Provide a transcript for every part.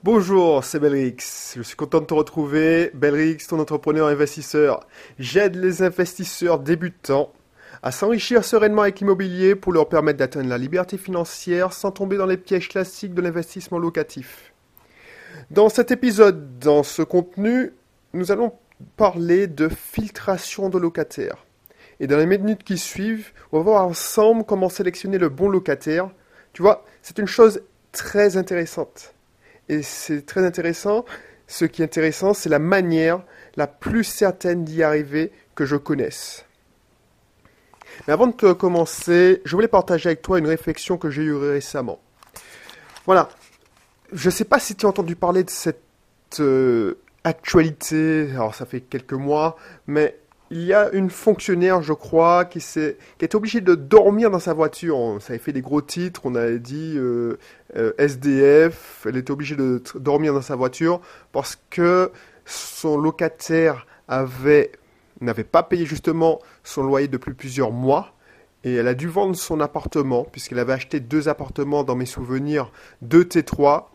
Bonjour, c'est Belrix. Je suis content de te retrouver. Belrix, ton entrepreneur investisseur. J'aide les investisseurs débutants à s'enrichir sereinement avec l'immobilier pour leur permettre d'atteindre la liberté financière sans tomber dans les pièges classiques de l'investissement locatif. Dans cet épisode, dans ce contenu, nous allons parler de filtration de locataires. Et dans les minutes qui suivent, on va voir ensemble comment sélectionner le bon locataire. Tu vois, c'est une chose très intéressante. Et c'est très intéressant. Ce qui est intéressant, c'est la manière la plus certaine d'y arriver que je connaisse. Mais avant de commencer, je voulais partager avec toi une réflexion que j'ai eue récemment. Voilà. Je ne sais pas si tu as entendu parler de cette actualité. Alors, ça fait quelques mois, mais il y a une fonctionnaire, je crois, qui est obligée de dormir dans sa voiture. Ça avait fait des gros titres, on avait dit SDF. Elle était obligée de dormir dans sa voiture parce que son locataire n'avait pas payé justement son loyer depuis plusieurs mois. Et elle a dû vendre son appartement, puisqu'elle avait acheté 2 appartements, dans mes souvenirs, 2 T3.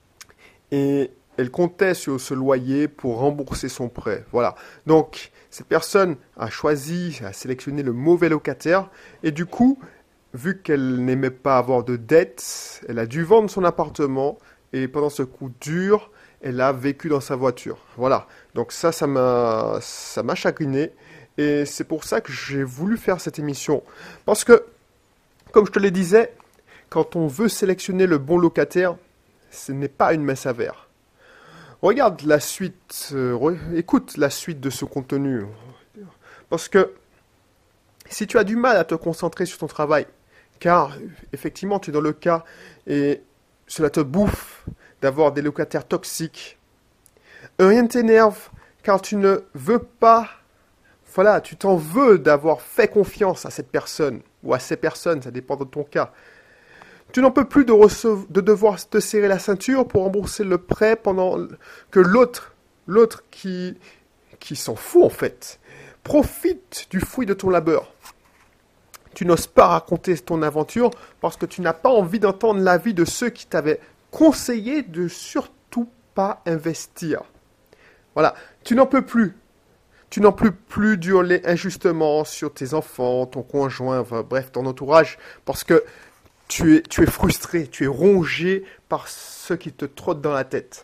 Et elle comptait sur ce loyer pour rembourser son prêt. Voilà. Donc, cette personne a sélectionné le mauvais locataire. Et du coup, vu qu'elle n'aimait pas avoir de dettes, elle a dû vendre son appartement. Et pendant ce coup dur, elle a vécu dans sa voiture. Voilà. Donc ça m'a chagriné. Et c'est pour ça que j'ai voulu faire cette émission. Parce que, comme je te le disais, quand on veut sélectionner le bon locataire, ce n'est pas une mince affaire. Regarde la suite, écoute la suite de ce contenu. Parce que si tu as du mal à te concentrer sur ton travail, car effectivement tu es dans le cas et cela te bouffe d'avoir des locataires toxiques, rien ne t'énerve car tu ne veux pas, voilà, tu t'en veux d'avoir fait confiance à cette personne ou à ces personnes, ça dépend de ton cas. Tu n'en peux plus de devoir te serrer la ceinture pour rembourser le prêt pendant que l'autre qui s'en fout en fait, profite du fruit de ton labeur. Tu n'oses pas raconter ton aventure parce que tu n'as pas envie d'entendre l'avis de ceux qui t'avaient conseillé de surtout pas investir. Voilà, tu n'en peux plus. Tu n'en peux plus d'hurler injustement sur tes enfants, ton conjoint, enfin, bref, ton entourage, parce que tu es frustré, tu es rongé par ce qui te trotte dans la tête.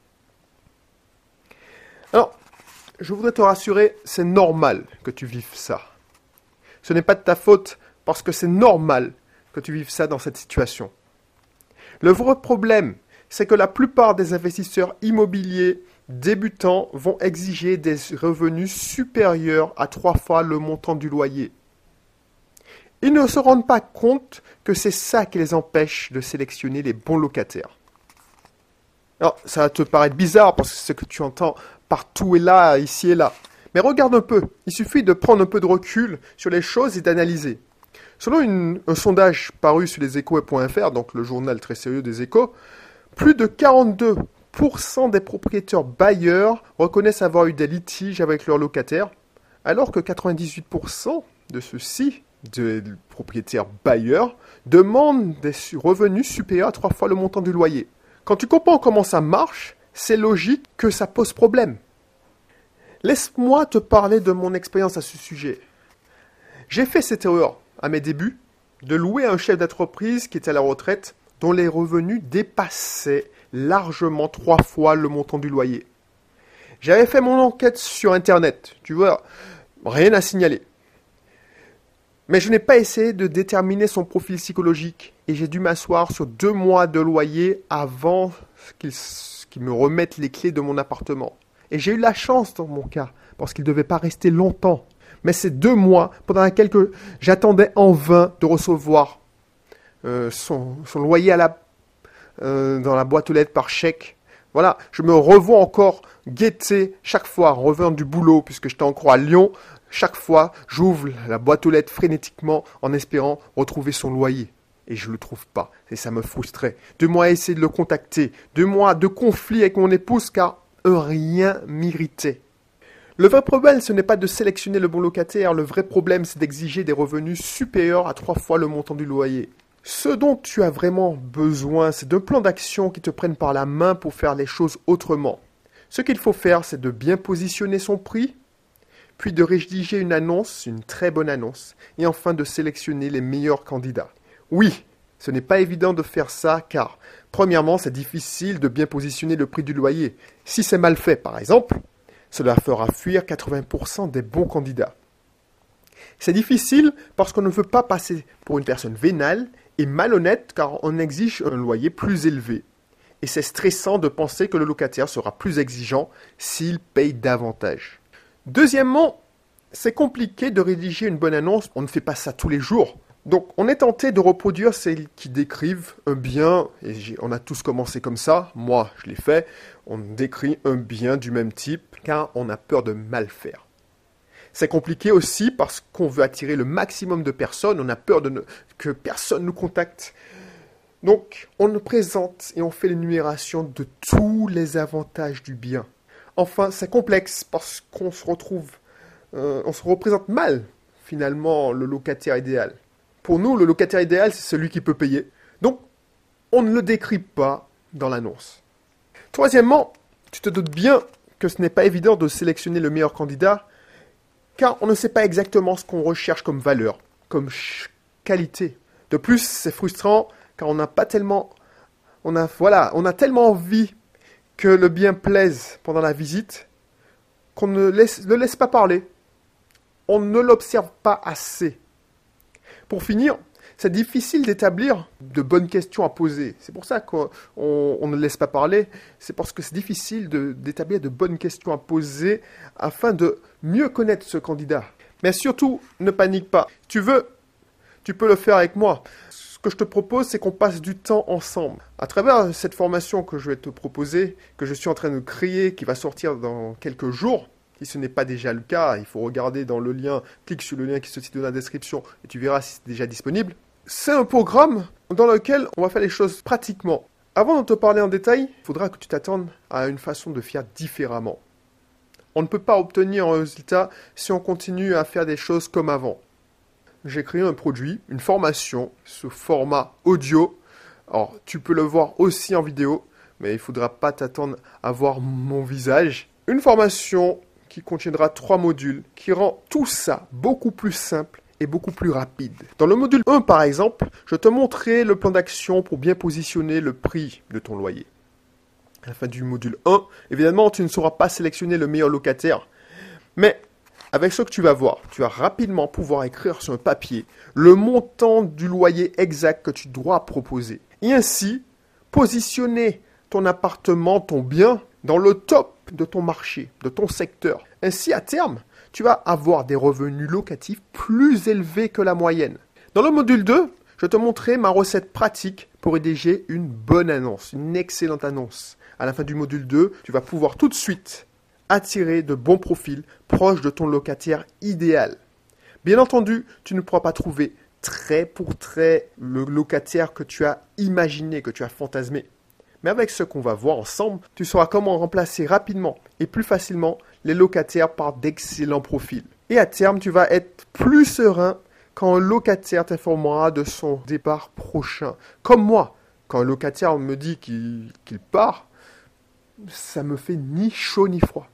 Alors, je voudrais te rassurer, c'est normal que tu vives ça. Ce n'est pas de ta faute parce que c'est normal que tu vives ça dans cette situation. Le vrai problème, c'est que la plupart des investisseurs immobiliers débutants vont exiger des revenus supérieurs à 3 fois le montant du loyer. Ils ne se rendent pas compte que c'est ça qui les empêche de sélectionner les bons locataires. Alors, ça va te paraître bizarre parce que c'est ce que tu entends partout et là, ici et là. Mais regarde un peu, il suffit de prendre un peu de recul sur les choses et d'analyser. Selon un sondage paru sur leséchos.fr, donc le journal très sérieux des Échos, plus de 42% des propriétaires bailleurs reconnaissent avoir eu des litiges avec leurs locataires, alors que 98% de ceux-ci, des propriétaires bailleurs, demandent des revenus supérieurs à 3 fois le montant du loyer. Quand tu comprends comment ça marche, c'est logique que ça pose problème. Laisse-moi te parler de mon expérience à ce sujet. J'ai fait cette erreur à mes débuts de louer un chef d'entreprise qui était à la retraite dont les revenus dépassaient largement 3 fois le montant du loyer. J'avais fait mon enquête sur Internet, tu vois, rien à signaler. Mais je n'ai pas essayé de déterminer son profil psychologique et j'ai dû m'asseoir sur 2 mois de loyer avant qu'il me remette les clés de mon appartement. Et j'ai eu la chance dans mon cas, parce qu'il ne devait pas rester longtemps. Mais ces 2 mois pendant lesquels j'attendais en vain de recevoir son loyer dans la boîte aux lettres par chèque. Voilà, je me revois encore guetter chaque fois en revenant du boulot, puisque j'étais encore à Lyon. Chaque fois, j'ouvre la boîte aux lettres frénétiquement en espérant retrouver son loyer. Et je ne le trouve pas. Et ça me frustrait. 2 mois à essayer de le contacter. 2 mois de conflit avec mon épouse car rien m'irritait. Le vrai problème, ce n'est pas de sélectionner le bon locataire. Le vrai problème, c'est d'exiger des revenus supérieurs à 3 fois le montant du loyer. Ce dont tu as vraiment besoin, c'est d'un plan d'action qui te prenne par la main pour faire les choses autrement. Ce qu'il faut faire, c'est de bien positionner son prix, puis de rédiger une annonce, une très bonne annonce, et enfin de sélectionner les meilleurs candidats. Oui, ce n'est pas évident de faire ça car, premièrement, c'est difficile de bien positionner le prix du loyer. Si c'est mal fait, par exemple, cela fera fuir 80% des bons candidats. C'est difficile parce qu'on ne veut pas passer pour une personne vénale et malhonnête car on exige un loyer plus élevé. Et c'est stressant de penser que le locataire sera plus exigeant s'il paye davantage. Deuxièmement, c'est compliqué de rédiger une bonne annonce, on ne fait pas ça tous les jours. Donc on est tenté de reproduire celles qui décrivent un bien, et on a tous commencé comme ça, moi je l'ai fait, on décrit un bien du même type car on a peur de mal faire. C'est compliqué aussi parce qu'on veut attirer le maximum de personnes, on a peur que personne nous contacte. Donc on nous présente et on fait l'énumération de tous les avantages du bien. Enfin, c'est complexe parce qu'on se représente mal finalement le locataire idéal. Pour nous, le locataire idéal, c'est celui qui peut payer. Donc, on ne le décrit pas dans l'annonce. Troisièmement, tu te doutes bien que ce n'est pas évident de sélectionner le meilleur candidat, car on ne sait pas exactement ce qu'on recherche comme valeur, comme qualité. De plus, c'est frustrant, car on a tellement envie que le bien plaise pendant la visite, qu'on ne le laisse pas parler. On ne l'observe pas assez. Pour finir, c'est difficile d'établir de bonnes questions à poser. C'est pour ça qu'on ne laisse pas parler. C'est parce que c'est difficile d'établir de bonnes questions à poser afin de mieux connaître ce candidat. Mais surtout, ne panique pas. Tu peux le faire avec moi. Ce que je te propose, c'est qu'on passe du temps ensemble. À travers cette formation que je vais te proposer, que je suis en train de créer, qui va sortir dans quelques jours, si ce n'est pas déjà le cas, il faut regarder dans le lien, clique sur le lien qui se situe dans la description et tu verras si c'est déjà disponible. C'est un programme dans lequel on va faire les choses pratiquement. Avant de te parler en détail, il faudra que tu t'attendes à une façon de faire différemment. On ne peut pas obtenir un résultat si on continue à faire des choses comme avant. J'ai créé un produit, une formation, sous format audio. Alors, tu peux le voir aussi en vidéo, mais il ne faudra pas t'attendre à voir mon visage. Une formation qui contiendra 3 modules, qui rend tout ça beaucoup plus simple et beaucoup plus rapide. Dans le module 1, par exemple, je te montrerai le plan d'action pour bien positionner le prix de ton loyer. À la fin du module 1, évidemment, tu ne sauras pas sélectionner le meilleur locataire, mais avec ce que tu vas voir, tu vas rapidement pouvoir écrire sur un papier le montant du loyer exact que tu dois proposer. Et ainsi, positionner ton appartement, ton bien, dans le top de ton marché, de ton secteur. Ainsi, à terme, tu vas avoir des revenus locatifs plus élevés que la moyenne. Dans le module 2, je te montrerai ma recette pratique pour rédiger une bonne annonce, une excellente annonce. À la fin du module 2, tu vas pouvoir tout de suite attirer de bons profils proches de ton locataire idéal. Bien entendu, tu ne pourras pas trouver trait pour trait le locataire que tu as imaginé, que tu as fantasmé. Mais avec ce qu'on va voir ensemble, tu sauras comment remplacer rapidement et plus facilement les locataires par d'excellents profils. Et à terme, tu vas être plus serein quand un locataire t'informera de son départ prochain. Comme moi, quand un locataire me dit qu'il part, ça me fait ni chaud ni froid.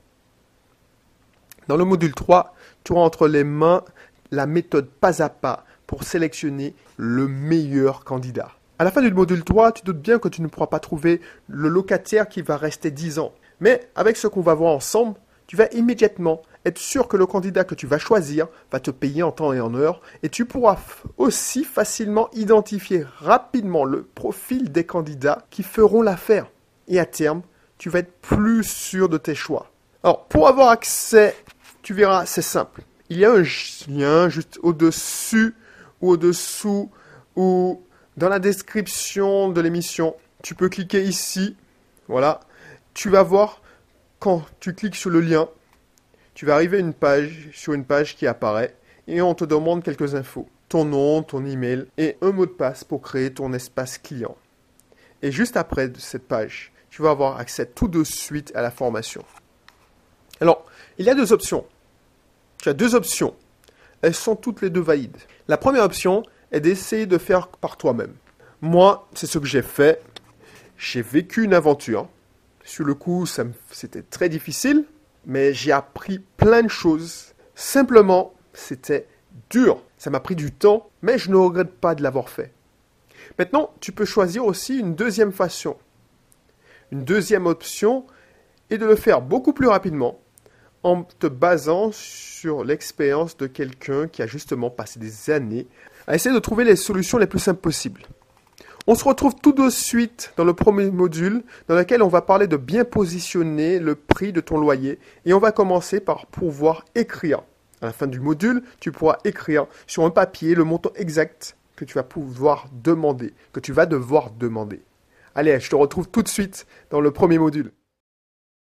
Dans le module 3, tu auras entre les mains la méthode pas à pas pour sélectionner le meilleur candidat. À la fin du module 3, tu doutes bien que tu ne pourras pas trouver le locataire qui va rester 10 ans. Mais avec ce qu'on va voir ensemble, tu vas immédiatement être sûr que le candidat que tu vas choisir va te payer en temps et en heure. Et tu pourras aussi facilement identifier rapidement le profil des candidats qui feront l'affaire. Et à terme, tu vas être plus sûr de tes choix. Alors, pour avoir accès, tu verras, c'est simple. Il y a un lien juste au-dessus ou au-dessous ou dans la description de l'émission. Tu peux cliquer ici. Voilà. Tu vas voir, quand tu cliques sur le lien, tu vas arriver sur une page qui apparaît et on te demande quelques infos. Ton nom, ton email et un mot de passe pour créer ton espace client. Et juste après cette page, tu vas avoir accès tout de suite à la formation. Alors, il y a 2 options. Tu as 2 options. Elles sont toutes les 2 valides. La première option est d'essayer de faire par toi-même. Moi, c'est ce que j'ai fait. J'ai vécu une aventure. Sur le coup, c'était très difficile, mais j'ai appris plein de choses. Simplement, c'était dur. Ça m'a pris du temps, mais je ne regrette pas de l'avoir fait. Maintenant, tu peux choisir aussi une deuxième façon. Une deuxième option est de le faire beaucoup plus rapidement en te basant sur l'expérience de quelqu'un qui a justement passé des années à essayer de trouver les solutions les plus simples possibles. On se retrouve tout de suite dans le premier module dans lequel on va parler de bien positionner le prix de ton loyer et on va commencer par pouvoir écrire. À la fin du module, tu pourras écrire sur un papier le montant exact que tu vas pouvoir demander, que tu vas devoir demander. Allez, je te retrouve tout de suite dans le premier module.